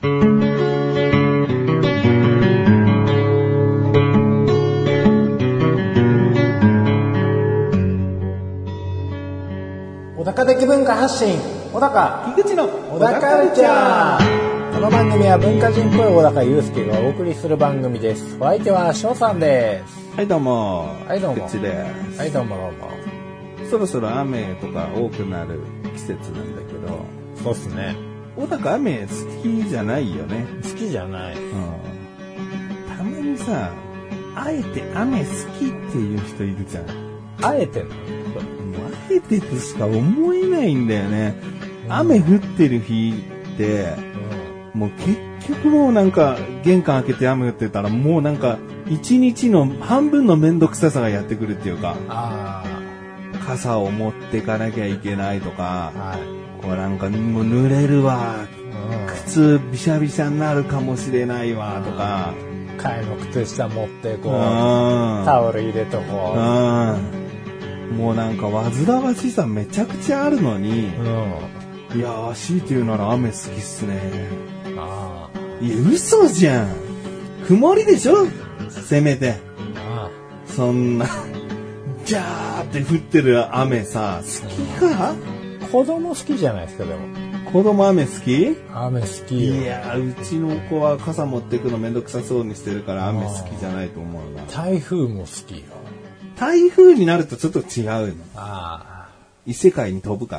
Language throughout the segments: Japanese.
小高的文化発信、小高樋口の小高カルチャー。この番組は文化人っ子い小高祐介がお送りする番組です。お相手は翔さんです。 はいどうも。 はいどうも。 樋口です。 はいどうもどうも。 そろそろ雨とか多くなる季節なんだけど。 そうっすね。 小高雨好きじゃないよね。 好きじゃない。 たまにさ、あえて雨好きっていう人いるじゃん。 あえての。 あえてとしか思えないんだよね。雨降ってる日って、もう結局もうなんか玄関開けて雨降ってたらもうなんか一日の半分のめんどくささがやってくるっていうか、傘を持ってかなきゃいけないとか、こうなんかもう濡れるわ、靴びしゃびしゃになるかもしれないわとか、 替えの靴下持ってこうタオル入れとこう。 もうなんか煩わしさめちゃくちゃあるのに、いやー強いて言うなら雨好きっすね。いや嘘じゃん。曇りでしょせめて。そんなジャーって降ってる雨さ好きか？ 子供好きじゃないですか。でも子供雨好き？ 雨好きよ。 いやうちの子は傘持ってくのめんどくさそうにしてるから雨好きじゃないと思うな。 台風も好きよ。 台風になるとちょっと違うの。異世界に飛ぶから。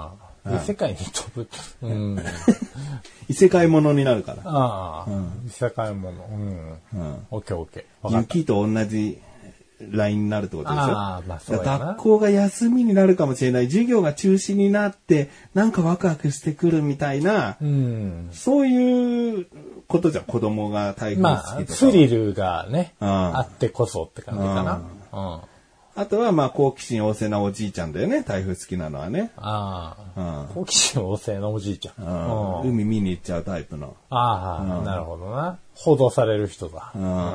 異世界に飛ぶ。 異世界ものになるから。 異世界もの。オッケーオッケー。 雪と同じラインになるってことでしょ。 まあそうやな。 学校が休みになるかもしれない。授業が中止になってなんかワクワクしてくるみたいな、そういうことじゃん。子供が台風好きとか。 まあスリルがね、あってこそって感じかな。 あとはまあ好奇心旺盛なおじいちゃんだよね。台風好きなのはね。 好奇心旺盛なおじいちゃん。 海見に行っちゃうタイプの。 なるほどな。報道される人だ。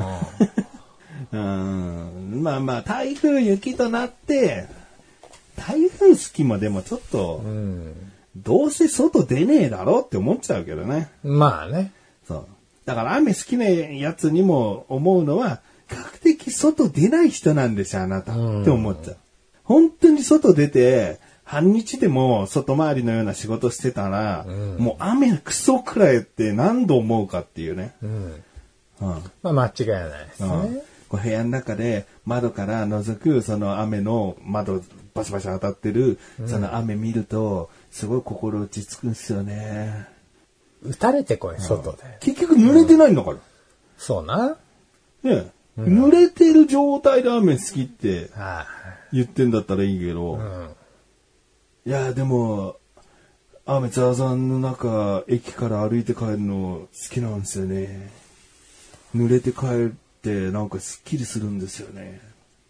まあまあ台風雪となって台風好きもでもちょっと、どうせ外出ねえだろって思っちゃうけどね。 まあね。 そうだから雨好きなやつにも思うのは比較的外出ない人なんでしょあなたって思っちゃう。本当に外出て半日でも外回りのような仕事してたら、もう雨クソくらいって何度思うかっていうね。 まあ間違いないですね。 部屋の中で窓から覗くその雨の窓バシバシ当たってるその雨見るとすごい心落ち着くんですよね。 打たれてこい外で。 結局濡れてないんだから。 そうな。 ね、濡れてる状態で雨好きって言ってんだったらいいけど、いやでも雨ざわざわの中駅から歩いて帰るの好きなんですよね。濡れて帰ってなんかスッキリするんですよね。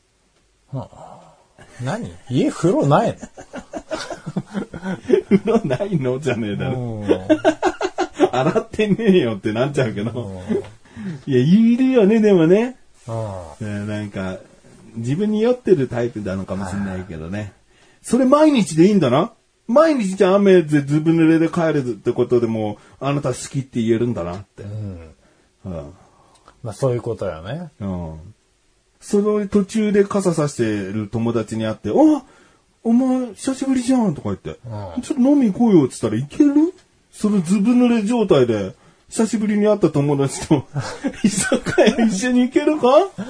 何？家風呂ないの？風呂ないのじゃねえだろ。洗ってねえよってなっちゃうけど。いやいるよねでもね。なんか自分に酔ってるタイプなのかもしれないけどね。それ毎日でいいんだな。毎日じゃ雨でずぶ濡れで帰るってことでもあなた好きって言えるんだなって。 まあそういうことよね。 その途中で傘さしてる友達に会って、お前久しぶりじゃんとか言って、ちょっと飲み行こうよって言ったらいける？そのずぶ濡れ状態で久しぶりに会った友達と居酒屋一緒に行けるか？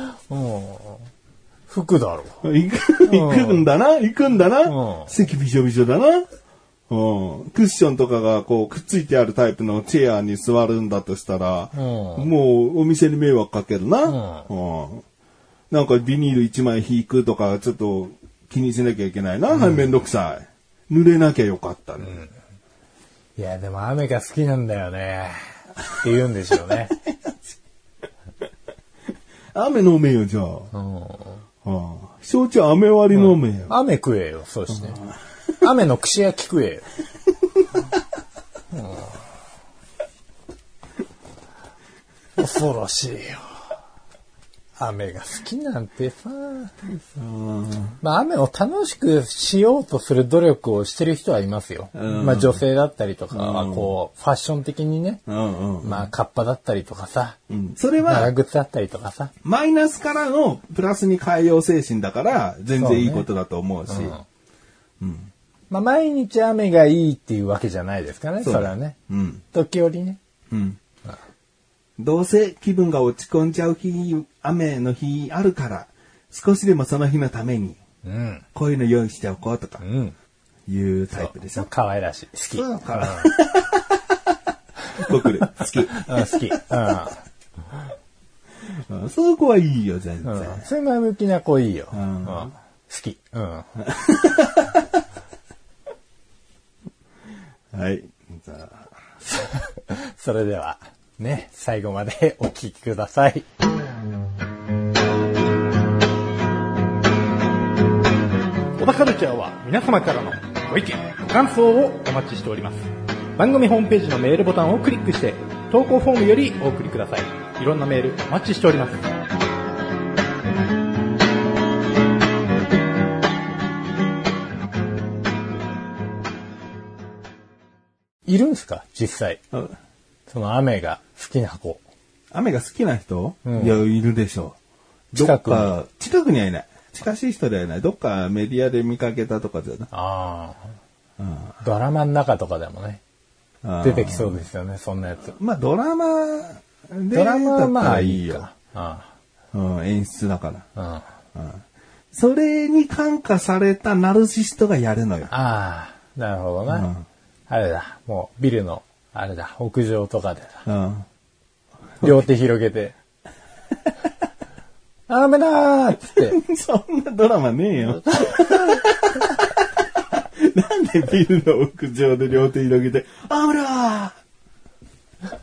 服だろ。 行くんだな。席びしょびしょだな。クッションとかがこうくっついてあるタイプのチェアに座るんだとしたら、もうお店に迷惑かけるな。なんかビニール1枚引くとかちょっと気にしなきゃいけないな。めんどくさい。濡れなきゃよかったね。 いやでも雨が好きなんだよねって言うんでしょうね。 雨飲めよじゃあ。焼酎雨割り飲めよ。 雨食えよ。そうして。雨の串焼き食えよ。恐ろしいよ。 雨が好きなんてさ、まあ雨を楽しくしようとする努力をしてる人はいますよ。まあ女性だったりとかはこう、ファッション的にね、まあカッパだったりとかさ、 それは長靴だったりとかさ、 マイナスからのプラスに変えよう精神だから全然いいことだと思うし。 まあ毎日雨がいいっていうわけじゃないですからね、それはね。時折ね。 どうせ気分が落ち込んじゃう日、雨の日あるから、少しでもその日のために、こういうの用意しておこうとか、いうタイプでしょ。 可愛らしい。好き。 そうか。僕、好き。 好き。 そういう子はいいよ、全然。 そういう前向きな子いいよ。好き。 はい。じゃあそれでは、ね、最後までお聞きください。 小田カルチャーは皆様からのご意見、ご感想をお待ちしております。番組ホームページのメールボタンをクリックして、投稿フォームよりお送りください。いろんなメールお待ちしております。 いるんすか実際。その雨が好きな子。 雨が好きな人、いや、いるでしょう。 近くにはいない。近しい人ではいない。どっかメディアで見かけたとかじゃな。 ドラマの中とかでもね、出てきそうですよね、そんなやつ。 まあドラマはまあいいよ。 演出だから。それに感化されたナルシストがやるのよ。 なるほどな。あれだ、もうビルの、あれだ、屋上とかでだ。両手広げて、雨だーっつって。 そんなドラマねえよ。なんでビルの屋上で両手広げて、雨だー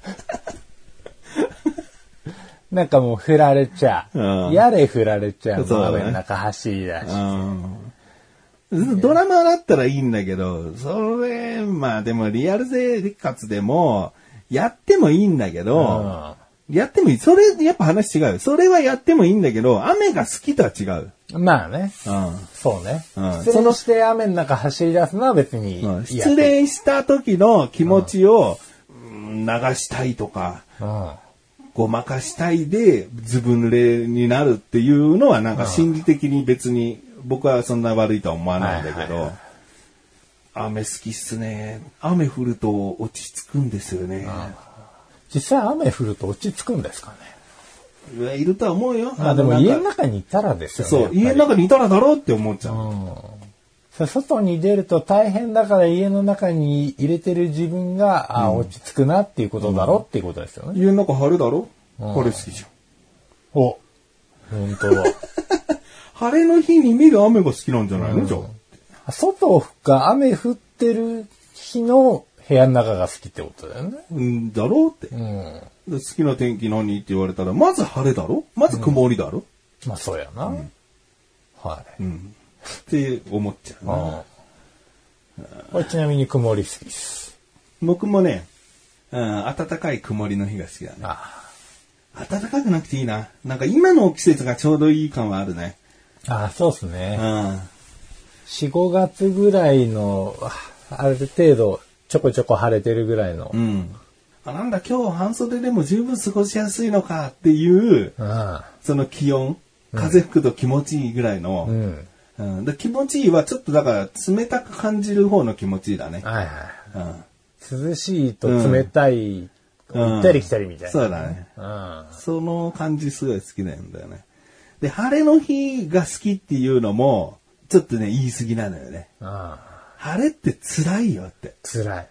なんかもう振られちゃう。やれ振られちゃう。雨の中走りだし。 ドラマだったらいいんだけど、まあでもリアル生活でも、やってもいいんだけど、やってもいい。それ、やっぱ話違う。それはやってもいいんだけど、雨が好きとは違う。 まあね。そうね。失恋して雨の中走り出すのは別に。 失恋した時の気持ちを流したいとか、ごまかしたいでずぶ濡れになるっていうのはなんか心理的に別に僕はそんな悪いとは思わないんだけど、雨好きっすね。雨降ると落ち着くんですよね。 実際雨降ると落ち着くんですかね。いるとは思うよ。 でも家の中にいたらですよね。 そう、家の中にいたらだろうって思っちゃう。 外に出ると大変だから家の中に入れてる自分が、落ち着くなっていうことだろうっていうことですよね。 家の中晴れだろ？晴れ好きじゃん。 本当だ。 晴れの日に見る雨が好きなんじゃないの？じゃあ。 外が雨降ってる日の部屋の中が好きってことだよね。 だろうって。好きな天気何って言われたら、まず晴れだろ？まず曇りだろ？ まあそうやな。はい。 って思っちゃうな。 これちなみに曇り好きです。 僕もね、暖かい曇りの日が好きだね。暖かくなくていいな。なんか今の季節がちょうどいい感はあるね。 そうですね。4、5月ぐらいの、ある程度ちょこちょこ晴れてるぐらいの。 なんだ今日半袖でも十分過ごしやすいのかっていう、その気温、風吹くと気持ちいいぐらいの、気持ちいいはちょっとだから冷たく感じる方の気持ちいいだね。 涼しいと冷たい、行ったり来たりみたいな。 そうだね。その感じすごい好きなんだよね。で、晴れの日が好きっていうのも、ちょっとね、言い過ぎなのよね。晴れって辛いよって。 辛い。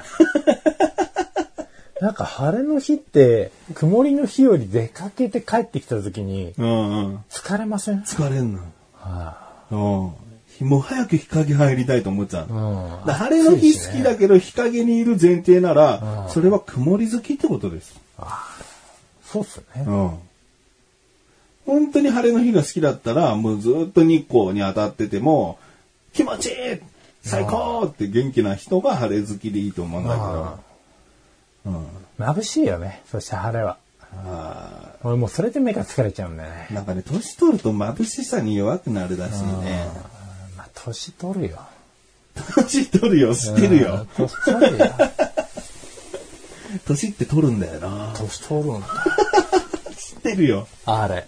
なんか晴れの日って、曇りの日より出かけて帰ってきた時に、疲れません？ 疲れんの。もう早く日陰入りたいと思っちゃう。晴れの日好きだけど日陰にいる前提なら、それは曇り好きってことです。 そうっすね。 本当に晴れの日が好きだったら、もうずっと日光に当たってても、気持ちいい最高って元気な人が晴れ好きでいいと思うんだけど。 眩しいよね、そして晴れは。 俺もうそれで目が疲れちゃうんだよね。 なんかね、年取ると眩しさに弱くなるらしいね。 まあ、年取るよ。 年取るよ、知ってるよ。 年取るよ。 年って取るんだよな。 年取るんだ。 知ってるよ。 あれ。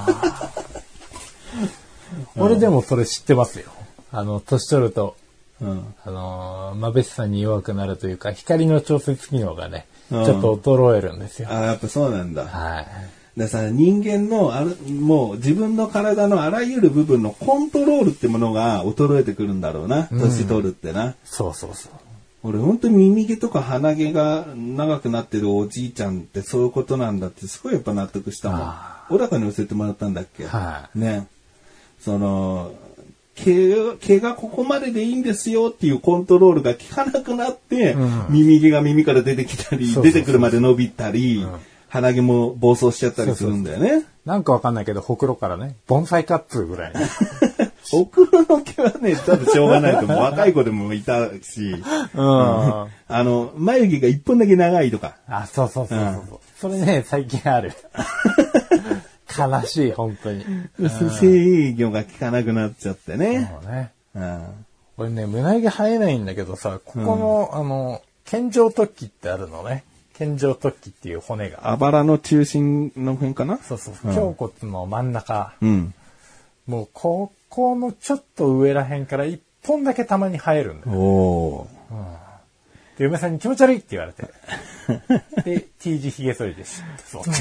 俺でもそれ知ってますよ。年取ると、眩しさに弱くなるというか、光の調節機能がね、ちょっと衰えるんですよ。 やっぱそうなんだ。 はい。 でさ、人間のもう自分の体のあらゆる部分のコントロールってものが衰えてくるんだろうな。年取るってな。 そうそうそう。 俺本当に耳毛とか鼻毛が長くなってるおじいちゃんってそういうことなんだってすごいやっぱ納得したもん。小高に教えてもらったんだっけ。 はい。 ね。毛がここまででいいんですよっていうコントロールが効かなくなって、耳毛が耳から出てきたり、出てくるまで伸びたり、鼻毛も暴走しちゃったりするんだよね。 なんかわかんないけど、ほくろからね、盆栽カッツぐらい。 ほくろの毛はね、多分しょうがないと思う。若い子でもいたし、眉毛が一本だけ長いとか。 そう。それね、最近ある。悲しい、本当に。 制御が効かなくなっちゃってね。 そうね。俺ね、胸毛生えないんだけどさ、ここの、肩状突起ってあるのね。肩状突起っていう骨が。 あばらの中心の辺かな？ そう。胸骨の真ん中。もう、ここのちょっと上ら辺から一本だけたまに生えるんだよ。で、嫁さんに気持ち悪いって言われて。で、T 字髭剃りです。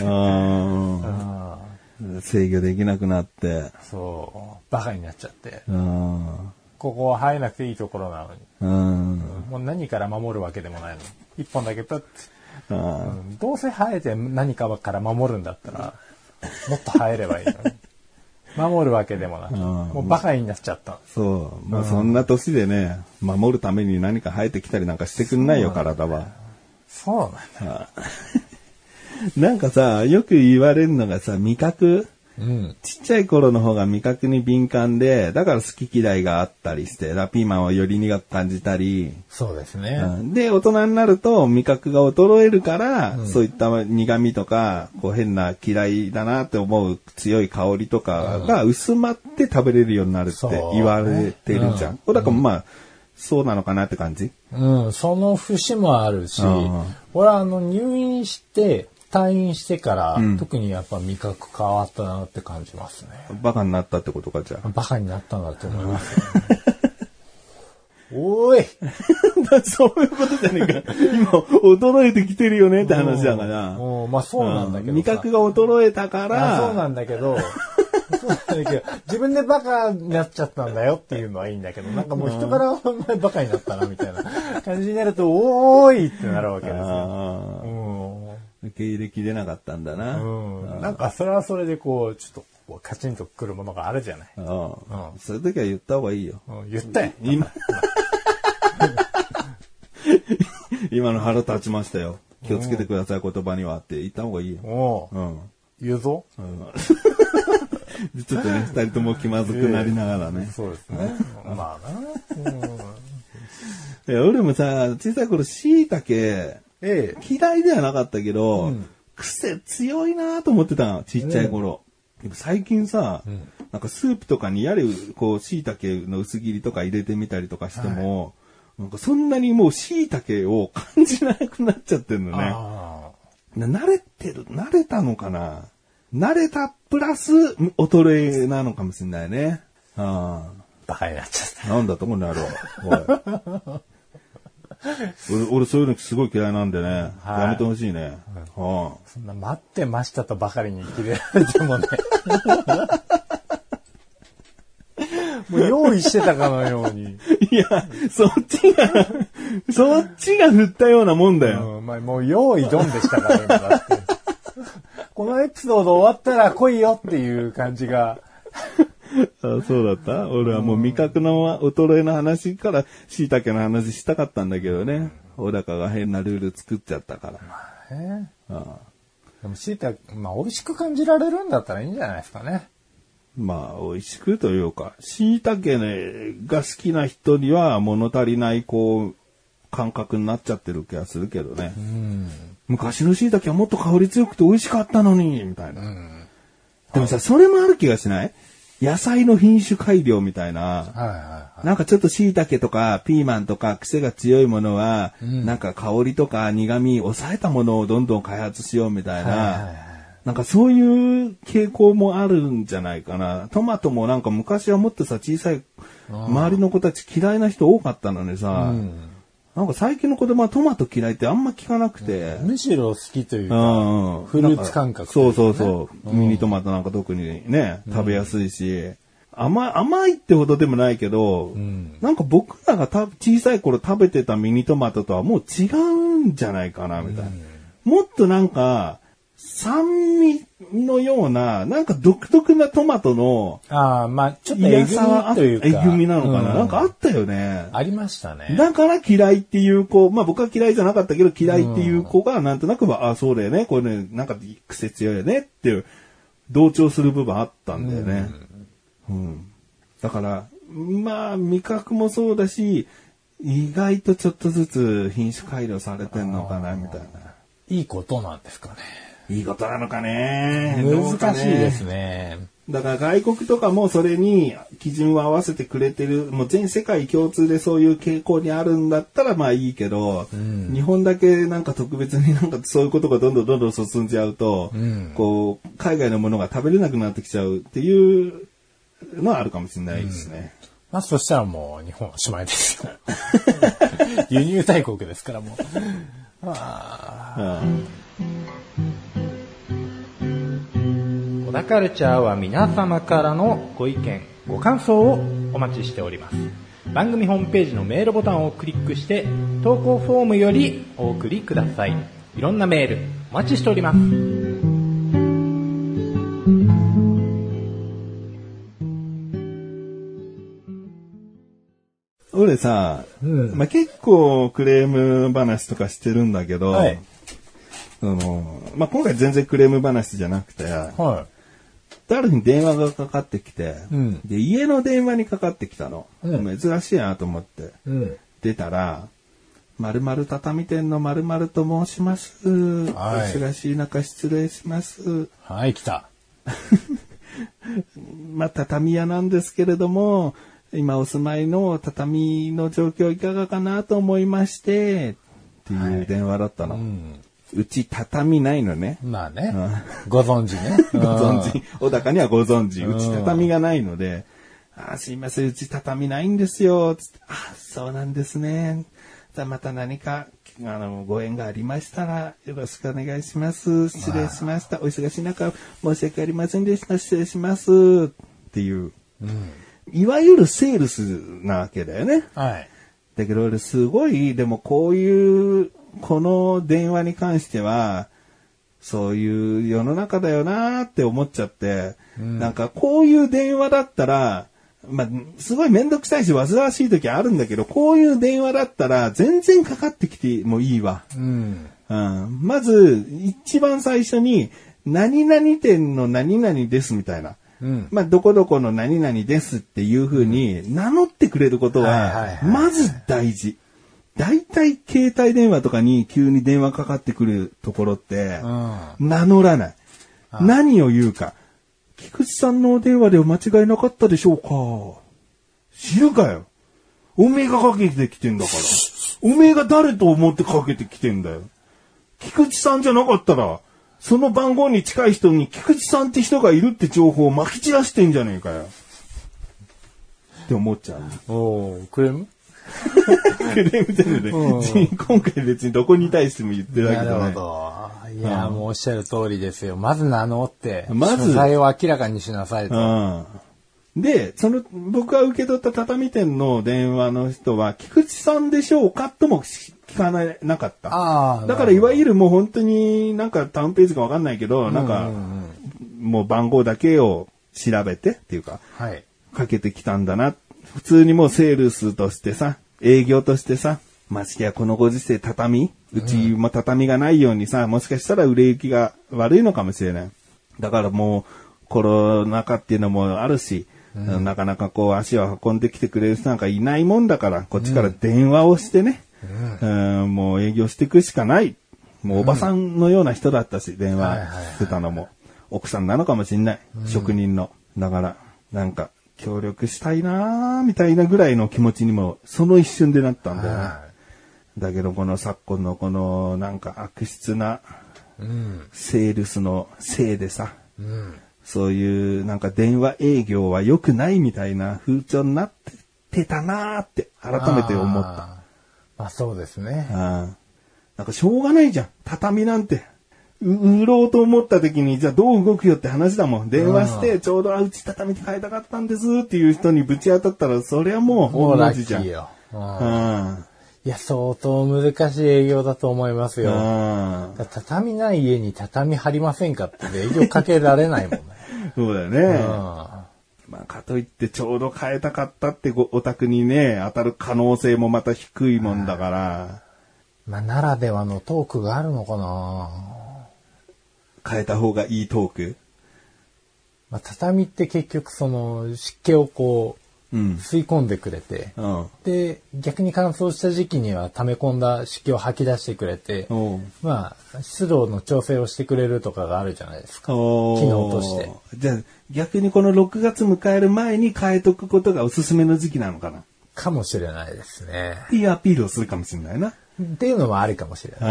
制御できなくなって。 そう。バカになっちゃって。ここは生えなくていいところなのに。もう何から守るわけでもないの。一本だけプッて。どうせ生えて何かから守るんだったら、もっと生えればいいのに。守るわけでもなく、もうバカになっちゃった。 そう。もうそんな年でね、守るために何か生えてきたりなんかしてくんないよ、体は。 そうなんだ。 なんかさ、よく言われるのがさ、味覚。ちっちゃい頃の方が味覚に敏感で、だから好き嫌いがあったりして、ピーマンをより苦く感じたり。 そうですね。 で、大人になると味覚が衰えるから、そういった苦味とか、こう変な嫌いだなって思う強い香りとかが薄まって食べれるようになるって言われてるじゃん。だからまあ、そうなのかなって感じ？ その節もあるし、俺は入院して、退院してから、特にやっぱ味覚変わったなって感じますね。 バカになったってことか、じゃあ。 バカになったんだと思います、ね。おいそういうことじゃねえか。今、衰えてきてるよねって話だから。 まあそうなんだけど。 味覚が衰えたから。 そうなんだけど、自分でバカになっちゃったんだよっていうのはいいんだけど、なんかもう人からお前バカになったなみたいな感じになると、おーいってなるわけですよ。 受け入れきれなかったんだな。 なんかそれはそれでこう、ちょっとこうカチンとくるものがあるじゃない。 そういう時は言った方がいいよ。 言ったよ。 今の腹立ちましたよ。気をつけてください、言葉にはって言った方がいいよ。 言うぞ。 ちょっとね、二人とも気まずくなりながらね。 そうですね。まあな。 俺もさ、小さい頃椎茸、嫌いではなかったけど、癖強いなと思ってたの、ちっちゃい頃。でも最近さ、なんかスープとかにやれ、こう、椎茸の薄切りとか入れてみたりとかしても、なんかそんなにもう椎茸を感じなくなっちゃってるのね。慣れたのかな？慣れたプラス衰えなのかもしれないね。 バカになっちゃった。 なんだと思うんだろう。俺そういうのすごい嫌いなんでね。やめてほしいね。 そんな待ってましたとばかりに切れられてもね。もう用意してたかのように。 いや、そっちが振ったようなもんだよ。 もう用意ドンでしたから、今だって。このエピソード終わったら来いよっていう感じが。 そうだった？俺はもう味覚の衰えの話から椎茸の話したかったんだけどね。小高が変なルール作っちゃったから。 でも椎茸、美味しく感じられるんだったらいいんじゃないですかね。 美味しくというか、椎茸が好きな人には物足りないこう感覚になっちゃってる気がするけどね。 昔の椎茸はもっと香り強くて美味しかったのに、みたいな。でもさ、それもある気がしない？野菜の品種改良みたいな。なんかちょっと椎茸とかピーマンとか癖が強いものは、なんか香りとか苦味抑えたものをどんどん開発しようみたいな。なんかそういう傾向もあるんじゃないかな。トマトもなんか昔はもっとさ、小さい周りの子たち嫌いな人多かったのにさ、なんか最近の子供はトマト嫌いってあんま聞かなくて。 むしろ好きというか、フルーツ感覚、 ね。そう。ミニトマトなんか特にね、食べやすいし、甘いってほどでもないけど、なんか僕らが小さい頃食べてたミニトマトとはもう違うんじゃないかな、みたいな。もっとなんか、酸味のような、なんか独特なトマトの、 ちょっとえぐみというか。 えぐみなのかな、なんかあったよね。 ありましたね。 だから嫌いっていう子、僕は嫌いじゃなかったけど嫌いっていう子がなんとなくは、そうだよね、これね、なんか癖強いよねっていう、同調する部分あったんだよね。だから、味覚もそうだし、意外とちょっとずつ品種改良されてんのかな、みたいな。 いいことなんですかね。 いいことなのかね。 難しいですね。 だから外国とかもそれに基準を合わせてくれてる、もう全世界共通でそういう傾向にあるんだったらいいけど、日本だけなんか特別になんかそういうことがどんどん進んじゃうと、こう、海外のものが食べれなくなってきちゃうっていうのはあるかもしれないですね。 そしたらもう日本はおしまいですよ。輸入大国ですからもう。 小田カルチャーは皆様からのご意見、ご感想をお待ちしております。番組ホームページのメールボタンをクリックして投稿フォームよりお送りください。いろんなメールお待ちしております。 俺さ、結構クレーム話とかしてるんだけど、今回全然クレーム話じゃなくて、誰に電話がかかってきて、で、家の電話にかかってきたの。珍しいなと思って、出たら、〇〇畳店の〇〇と申します。お忙しい中失礼します。 はい、来た。 畳屋なんですけれども、今お住まいの畳の状況いかがかなと思いまして、っていう電話だったの。うち畳ないのね。 ご存知ね。 ご存知。小高にはご存知。うち畳がないので、すいません、うち畳ないんですよ。つって、そうなんですね。じゃあまた何か、ご縁がありましたら、よろしくお願いします。失礼しました。お忙しい中、申し訳ありませんでした。失礼します。っていう。いわゆるセールスなわけだよね。だけど俺すごい、でもこの電話に関しては、そういう世の中だよなーって思っちゃって、なんかこういう電話だったら、すごいめんどくさいし煩わしい時あるんだけど、こういう電話だったら全然かかってきてもいいわ。まず、一番最初に、何々店の何々ですみたいな。どこどこの何々ですっていう風に名乗ってくれることは、まず大事。だいたい携帯電話とかに急に電話かかってくるところって、名乗らない。何を言うか。菊池さんのお電話でお間違いなかったでしょうか。知るかよ。おめえがかけてきてんだから。おめえが誰と思ってかけてきてんだよ。菊池さんじゃなかったら、その番号に近い人に菊池さんって人がいるって情報を撒き散らしてんじゃねえかよ。って思っちゃう。 クレームクレームじゃねえ。今回別にどこに対しても言ってるわけじゃない。 なるほど。いや、もうおっしゃる通りですよ。まず名乗って、所在を明らかにしなさいと。 で、僕が受け取った畳店の電話の人は、菊池さんでしょうかとも聞かなかった。だからいわゆるもう本当になんかタウンページかわかんないけど、なんか、もう番号だけを調べてっていうか、かけてきたんだな。普通にもうセールスとしてさ、営業としてさ、ましてやこのご時世うちも畳がないようにさ、もしかしたら売れ行きが悪いのかもしれない。だからもうコロナ禍っていうのもあるし、なかなかこう足を運んできてくれる人なんかいないもんだから、こっちから電話をしてね、もう営業していくしかないっもうおばさんのような人だったし、電話してたのも。奥さんなのかもしんない。職人の。だから、なんか、協力したいなーみたいなぐらいの気持ちにも、その一瞬でなったんだよね。だけど、この昨今のこの、なんか悪質な、セールスのせいでさ、そういうなんか電話営業は良くないみたいな風潮になってたなーって改めて思った。 まあそうですね。 なんかしょうがないじゃん。畳なんて。売ろうと思った時に、じゃあどう動くよって話だもん。電話して、ちょうどうち畳に変えたかったんですっていう人にぶち当たったら、そりゃもう同じじゃん。 もうラッキーよ。いや、相当難しい営業だと思いますよ。畳ない家に畳張りませんかって営業かけられないもんね。 そうだよね。まあ、かといってちょうど変えたかったってお宅にね、当たる可能性もまた低いもんだから。 まあ、ならではのトークがあるのかな。 変えた方がいいトーク？ まあ、畳って結局その湿気をこう、吸い込んでくれて、で、逆に乾燥した時期には溜め込んだ湿気を吐き出してくれて、まあ、湿度の調整をしてくれるとかがあるじゃないですか。機能として。 じゃあ、逆にこの6月迎える前に変えとくことがおすすめの時期なのかな？ かもしれないですね。 っていうアピールをするかもしれないな。 っていうのもありかもしれない、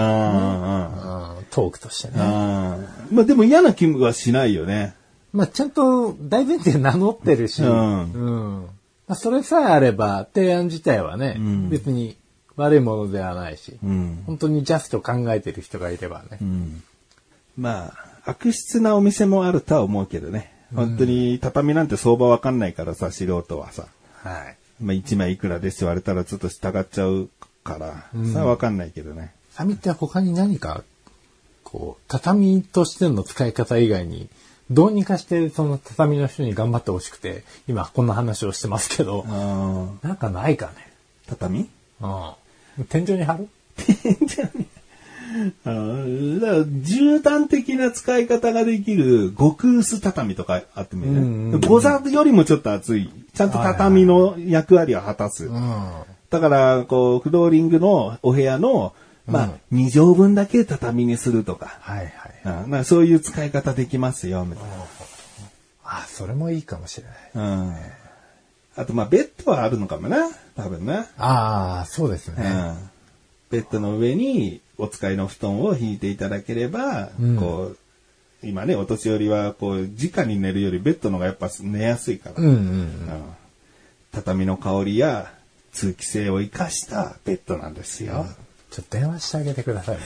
トークとしてね。 まあでも嫌な気分はしないよね。 まあちゃんと大前提名乗ってるし、まあ、それさえあれば提案自体はね、別に悪いものではないし、本当にジャスト考えてる人がいればね。 まあ悪質なお店もあるとは思うけどね。本当に畳なんて相場わかんないからさ、素人はさ。まあ1枚いくらですって言われたらちょっと従っちゃうから、さあわかんないけどね。 畳って他に何か、こう、畳としての使い方以外に、どうにかしてその畳の人に頑張ってほしくて、今こんな話をしてますけど、なんかないかね。 畳？ 天井に貼る？ 天井に。だから絨毯的な使い方ができる極薄畳とかあってもいいね。ゴザよりもちょっと厚い。ちゃんと畳の役割を果たす。だから、こう、フローリングのお部屋の、まあ、2畳分だけ畳にするとか。なんかそういう使い方できますよ、みたいな。 それもいいかもしれない。 あと、まあ、ベッドはあるのかもな。多分な。 そうですね。 ベッドの上にお使いの布団を引いていただければ、こう、今ね、お年寄りは、こう、直に寝るよりベッドの方がやっぱ寝やすいから。畳の香りや通気性を生かしたベッドなんですよ。 ちょっと電話してあげてください。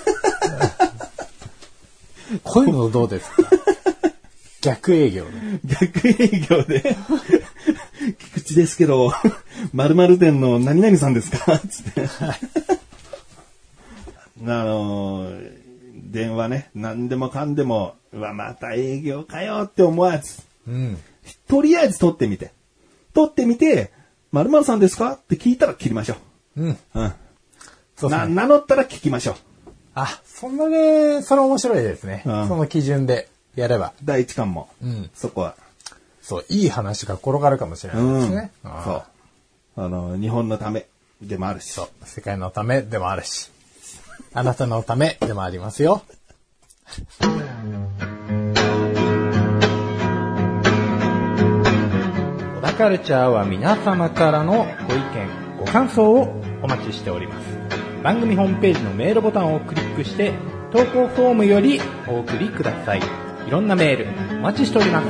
こういうのどうですか？逆営業で。 逆営業で菊池ですけど、〇〇店の何々さんですかつって。電話ね、何でもかんでも、また営業かよって思わず、とりあえず取ってみて、〇〇さんですかって聞いたら切りましょう。名乗ったら聞きましょう。 そんなね、それ面白いですね。その基準でやれば。 第一感も。そこは。 そう、いい話が転がるかもしれないですね。 そう。日本のためでもあるし。 そう、世界のためでもあるし。あなたのためでもありますよ。小田カルチャーは皆様からのご意見、ご感想をお待ちしております。番組ホームページのメールボタンをクリックして投稿フォームよりお送りください。いろんなメールお待ちしております。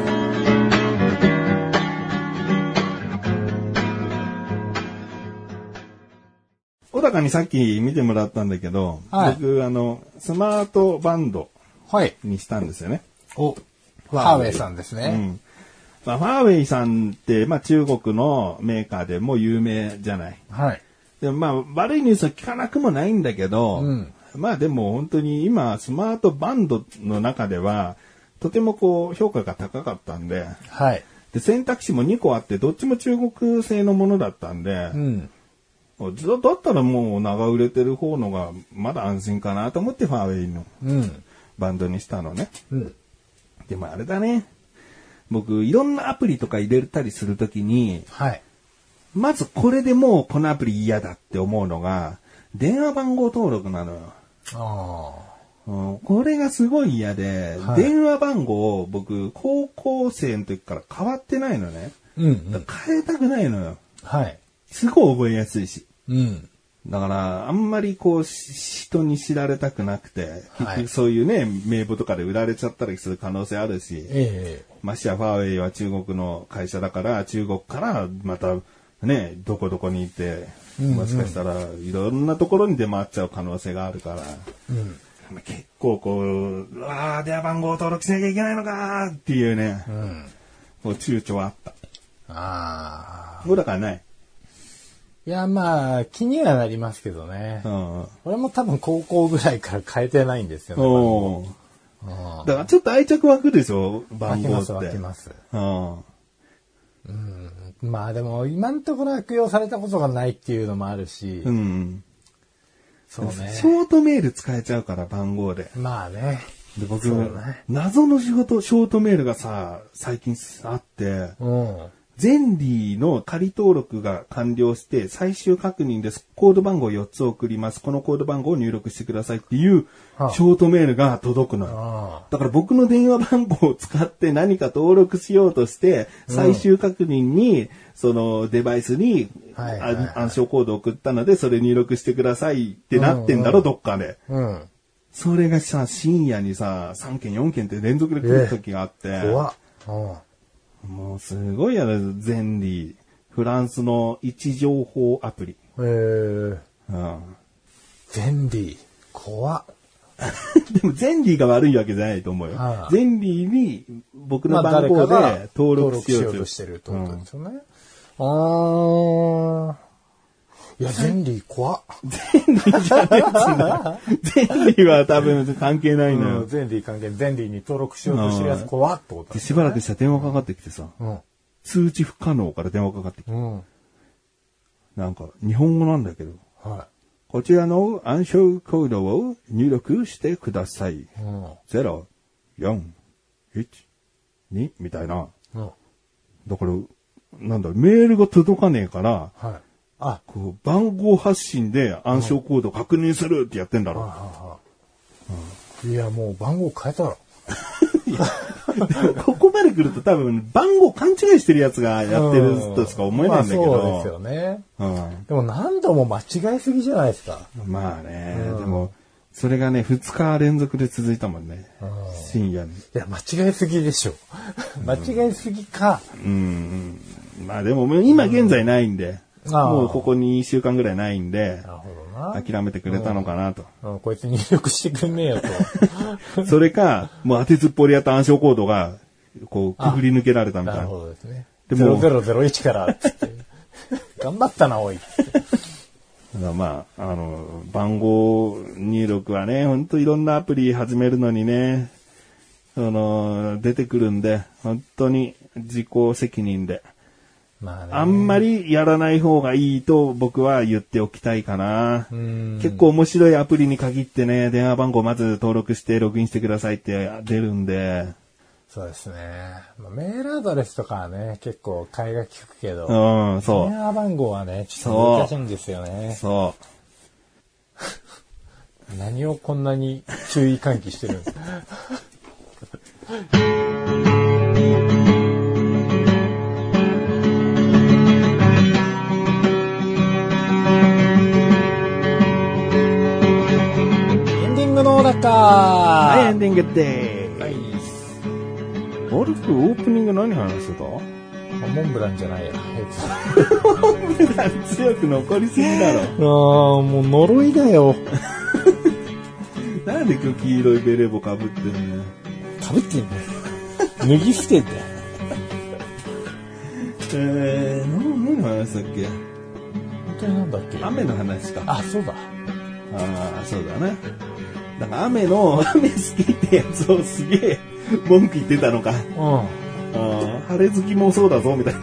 小高にさっき見てもらったんだけど、僕スマートバンドにしたんですよね。 ファーウェイさんですね。 ファーウェイさんって、中国のメーカーでも有名じゃない。で悪いニュースは聞かなくもないんだけど、でも本当に今スマートバンドの中ではとてもこう評価が高かったんで、で選択肢も2個あってどっちも中国製のものだったんで、だったらもう長売れてる方のがまだ安心かなと思ってファーウェイのバンドにしたのね。でもあれだね。僕いろんなアプリとか入れたりするときに、まずこれでもうこのアプリ嫌だって思うのが電話番号登録なのよ。 これがすごい嫌で、 はい、 電話番号を僕、高校生の時から変わってないのね。変えたくないのよ。 はい。 すごい覚えやすいし。 うん。 だから、あんまりこう、人に知られたくなくて、結局そういうね、名簿とかで売られちゃったりする可能性あるし、ましてやファーウェイは中国の会社だから、中国からまたね、どこどこにいて、もしかしたらいろんなところに出回っちゃう可能性があるから、結構こう、電話番号を登録しなきゃいけないのかっていうね、こう躊躇はあった。そうだからない。 いや、まあ、気にはなりますけどね。俺も多分高校ぐらいから変えてないんですよね。 だからちょっと愛着湧くでしょ、番号って。 湧きます。まあでも、今のところ悪用されたことがないっていうのもあるし。そうね。 ショートメール使えちゃうから、番号で。 まあね。 で僕、謎のショートメールがさ、最近あって、ゼンリーの仮登録が完了して最終確認です。コード番号4つ送ります。このコード番号を入力してくださいっていうショートメールが届くのよ。だから僕の電話番号を使って何か登録しようとして、最終確認に、そのデバイスに暗証コードを送ったので、それ入力してくださいってなってんだろ、どっかで。それがさ、深夜にさ、3件4件って連続で来る時があって。 怖っ。 もうすごいやだ、ゼンリー。フランスの位置情報アプリ。 ゼンリー。怖っ。 でもゼンリーが悪いわけじゃないと思うよ。ゼンリーに僕の番号で登録しようとしてるってことですよね。いや、ゼンリー怖っ。 ゼンリーじゃねえっつんだ。ゼンリーは多分関係ないのよ。 ゼンリー関係ない。ゼンリーに登録しようとしてるやつ怖っってこと、 でしばらくしたら電話かかってきてさ、通知不可能から電話かかってきて。なんか、日本語なんだけど、こちらの暗証コードを入力してください。0、4、1、2みたいな。だから、なんだ、メールが届かねえから、こう番号発信で暗証コードを確認するってやってんだろ。 いや、もう番号変えたら。 ここまで来ると多分番号勘違いしてるやつがやってるとしか思えないんだけど。 そうですよね。でも何度も間違いすぎじゃないですか。 まあね、でも、それがね、2日連続で続いたもんね。深夜に。いや、間違いすぎでしょ。間違いすぎか。 まあでも、今現在ないんで。もうここ2週間ぐらいないんで、諦めてくれたのかなと。 こいつ入力してくんねえよと。それか、もう当てずっぽりやった暗証コードが、こう、くぐり抜けられたみたいな。 なるほどですね。でも0001からつって。頑張ったな、おい。 まあ、番号入力はね、ほんといろんなアプリ始めるのにね、出てくるんで、本当に自己責任で。あんまりやらない方がいいと僕は言っておきたいかな。結構面白いアプリに限ってね、電話番号まず登録してログインしてくださいって出るんで。 そうですね。メールアドレスとかはね、結構替えが利くけど、 そう。 電話番号はね、ちょっと難しいんですよね。 そう。 何をこんなに注意喚起してるんですか。 はい、エンディングでーす。あれ、オープニング何話してた？ モンブランじゃないや。 モンブラン強く残りすぎだろ。もう呪いだよ。 なんで今日黄色いベレー帽被ってんのよ。 被ってんの脱ぎ捨てんだよ。 何話したっけ？ 本当になんだっけ？ 雨の話か。 あ、そうだ。 そうだね。だから雨好きってやつをすげえ文句言ってたのか。晴れ好きもそうだぞみたいな。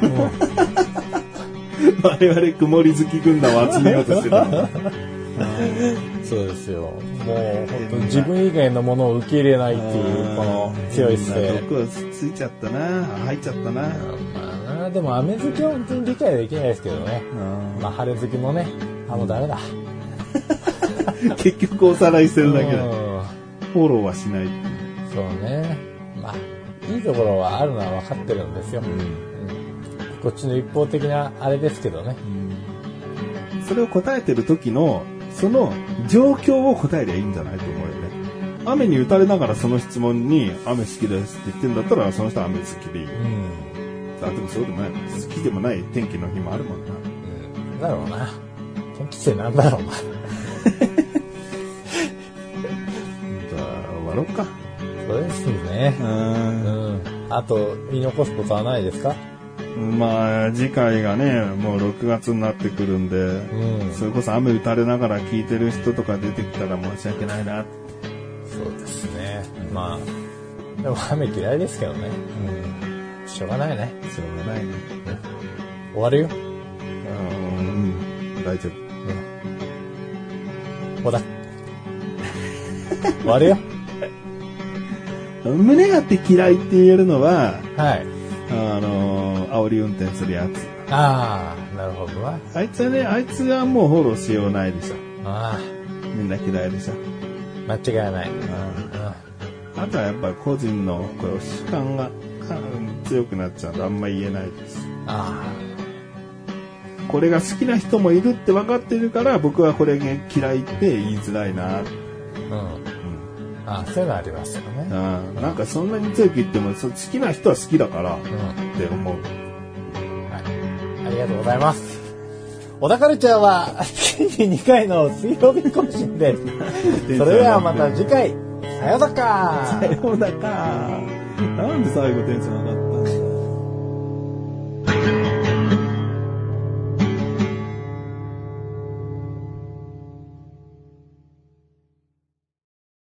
我々曇り好き軍団を集めようとしてたの。 そうですよ。もう本当に自分以外のものを受け入れないっていうこの強い姿勢。 毒はついちゃったな、入っちゃったな。 まあな、でも雨好きは本当に理解できないですけどね。まあ晴れ好きもね、もうダメだ。 結局おさらいしてるだけだ。 うんフォローはしない。 そうね。まあ、いいところはあるのは分かってるんですよ。こっちの一方的なあれですけどね。 それを答えてる時の、その状況を答えりゃいいんじゃないと思うよね。雨に打たれながらその質問に雨好きですって言ってんだったら、その人は雨好きでいい。あ、でもそうでもない。好きでもない天気の日もあるもんな。 だろうな。天気ってなんだろうな。 じゃあ、終わろうか。 そうですね。あと、言い残すことはないですか？ まあ、次回がね、もう6月になってくるんで、それこそ雨打たれながら聞いてる人とか出てきたら申し訳ないな。 そうですね。まあ、でも雨嫌いですけどね。しょうがないね。 しょうがないね。 終わるよ。 大丈夫。 ほら。終わるよ。 胸があって嫌いって言えるのは、 はい。 煽り運転するやつ。 ああ、なるほどな。 あいつはね、あいつはもうフォローしようないでしょ。 ああ。 みんな嫌いでしょ。 間違いない。 あとはやっぱり個人のこう主観が強くなっちゃうとあんま言えないです。 ああ。 これが好きな人もいるって分かってるから僕はこれが嫌いって言いづらいな。 ああ、そういうのありますよね。 なんかそんなに強く言っても好きな人は好きだからって思う。 はい。ありがとうございます。小田カルチャーは月に2回の水曜日更新です。それではまた次回、さようなら。 さようなら。なんで最後テンション上がったの？